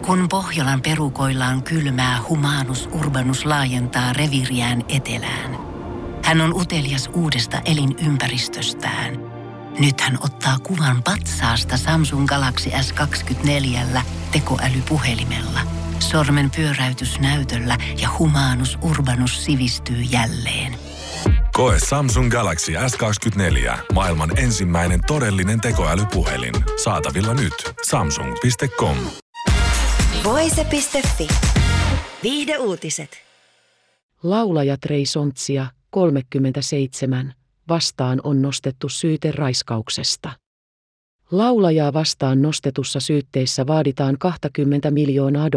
Kun Pohjolan perukoillaan kylmää, Humanus Urbanus laajentaa reviiriään etelään. Hän on utelias uudesta elinympäristöstään. Nyt hän ottaa kuvan patsaasta Samsung Galaxy S24 tekoälypuhelimella. Sormen pyöräytys näytöllä ja Humanus Urbanus sivistyy jälleen. Koe Samsung Galaxy S24. Maailman ensimmäinen todellinen tekoälypuhelin. Saatavilla nyt. Samsung.com. Voise.fi. Viihdeuutiset. Laulaja Trey Songzia, 37, vastaan on nostettu syyte raiskauksesta. Laulajaa vastaan nostetussa syytteessä vaaditaan $20 miljoonaa.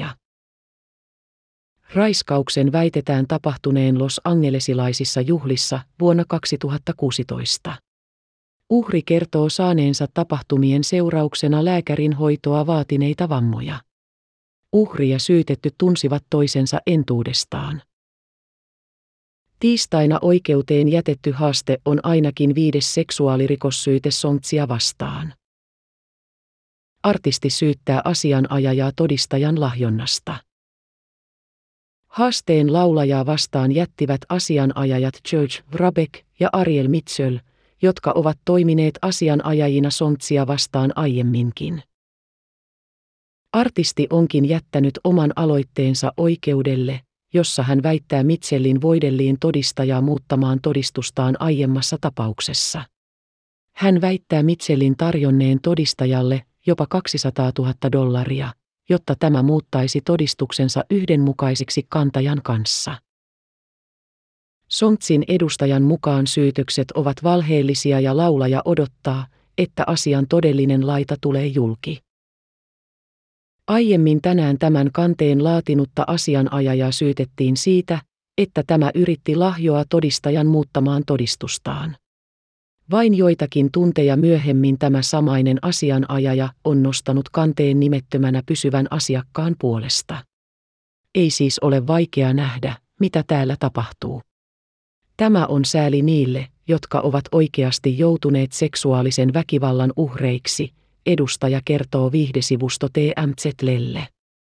Raiskauksen väitetään tapahtuneen Los Angelesilaisissa juhlissa vuonna 2016. Uhri kertoo saaneensa tapahtumien seurauksena lääkärin hoitoa vaatineita vammoja. Uhri ja syytetty tunsivat toisensa entuudestaan. Tiistaina oikeuteen jätetty haaste on ainakin 5. seksuaalirikossyyte Songzia vastaan. Artisti syyttää asianajajaa todistajan lahjonnasta. Haasteen laulajaa vastaan jättivät asianajajat George Vrabeck ja Ariel Mitchell, jotka ovat toimineet asianajajina Songzia vastaan aiemminkin. Artisti onkin jättänyt oman aloitteensa oikeudelle, jossa hän väittää Mitchellin voidelleen todistajaa muuttamaan todistustaan aiemmassa tapauksessa. Hän väittää Mitchellin tarjonneen todistajalle jopa $200,000, jotta tämä muuttaisi todistuksensa yhdenmukaiseksi kantajan kanssa. Songzin edustajan mukaan syytökset ovat valheellisia ja laulaja odottaa, että asian todellinen laita tulee julki. Aiemmin tänään tämän kanteen laatinutta asianajajaa syytettiin siitä, että tämä yritti lahjoa todistajan muuttamaan todistustaan. Vain joitakin tunteja myöhemmin tämä samainen asianajaja on nostanut kanteen nimettömänä pysyvän asiakkaan puolesta. Ei siis ole vaikea nähdä, mitä täällä tapahtuu. Tämä on sääli niille, jotka ovat oikeasti joutuneet seksuaalisen väkivallan uhreiksi, edustaja kertoo viihdesivusto TMZ:lle.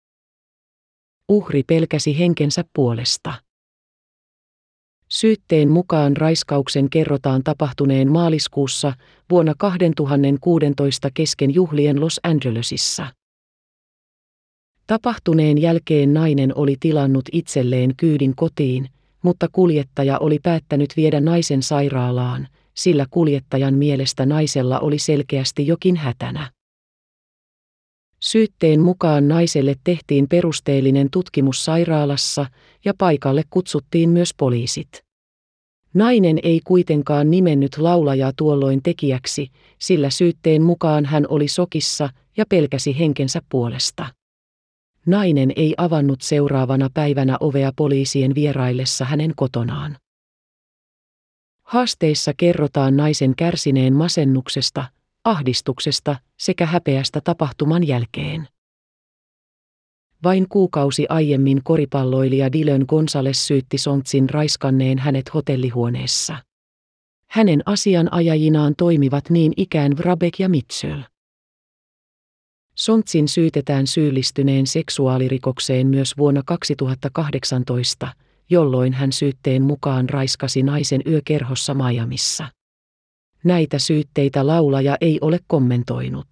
Uhri pelkäsi henkensä puolesta. Syytteen mukaan raiskauksen kerrotaan tapahtuneen maaliskuussa vuonna 2016 kesken juhlien Los Angelesissa. Tapahtuneen jälkeen nainen oli tilannut itselleen kyydin kotiin, mutta kuljettaja oli päättänyt viedä naisen sairaalaan, sillä kuljettajan mielestä naisella oli selkeästi jokin hätänä. Syytteen mukaan naiselle tehtiin perusteellinen tutkimus sairaalassa ja paikalle kutsuttiin myös poliisit. Nainen ei kuitenkaan nimennyt laulajaa tuolloin tekijäksi, sillä syytteen mukaan hän oli sokissa ja pelkäsi henkensä puolesta. Nainen ei avannut seuraavana päivänä ovea poliisien vieraillessa hänen kotonaan. Haasteissa kerrotaan naisen kärsineen masennuksesta, ahdistuksesta sekä häpeästä tapahtuman jälkeen. Vain kuukausi aiemmin koripalloilija Dylan Gonzalez syytti Songzin raiskanneen hänet hotellihuoneessa. Hänen asianajajinaan toimivat niin ikään Vrabeck ja Mitchell. Songzin syytetään syyllistyneen seksuaalirikokseen myös vuonna 2018, jolloin hän syytteen mukaan raiskasi naisen yökerhossa Miamissa. Näitä syytteitä laulaja ei ole kommentoinut.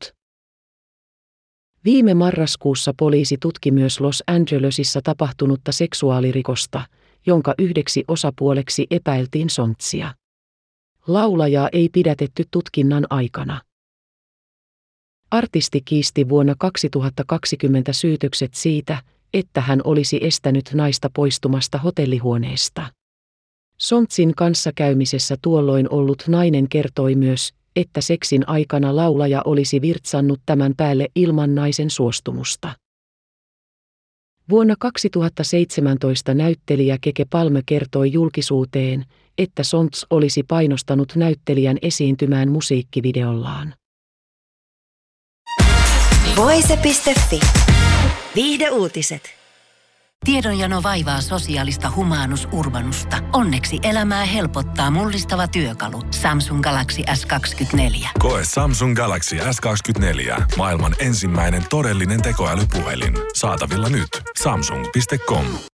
Viime marraskuussa poliisi tutki myös Los Angelesissa tapahtunutta seksuaalirikosta, jonka yhdeksi osapuoleksi epäiltiin Songzia. Laulajaa ei pidätetty tutkinnan aikana. Artisti kiisti vuonna 2020 syytökset siitä, että hän olisi estänyt naista poistumasta hotellihuoneesta. Songzin kanssakäymisessä tuolloin ollut nainen kertoi myös, että seksin aikana laulaja olisi virtsannut tämän päälle ilman naisen suostumusta. Vuonna 2017 näyttelijä Keke Palme kertoi julkisuuteen, että Songz olisi painostanut näyttelijän esiintymään musiikkivideollaan. Voise.fi. Viihdeuutiset. Tiedonjano vaivaa sosiaalista humanus urbanusta. Onneksi elämää helpottaa mullistava työkalu. Samsung Galaxy S24. Koe Samsung Galaxy S24. Maailman ensimmäinen todellinen tekoälypuhelin. Saatavilla nyt. Samsung.com.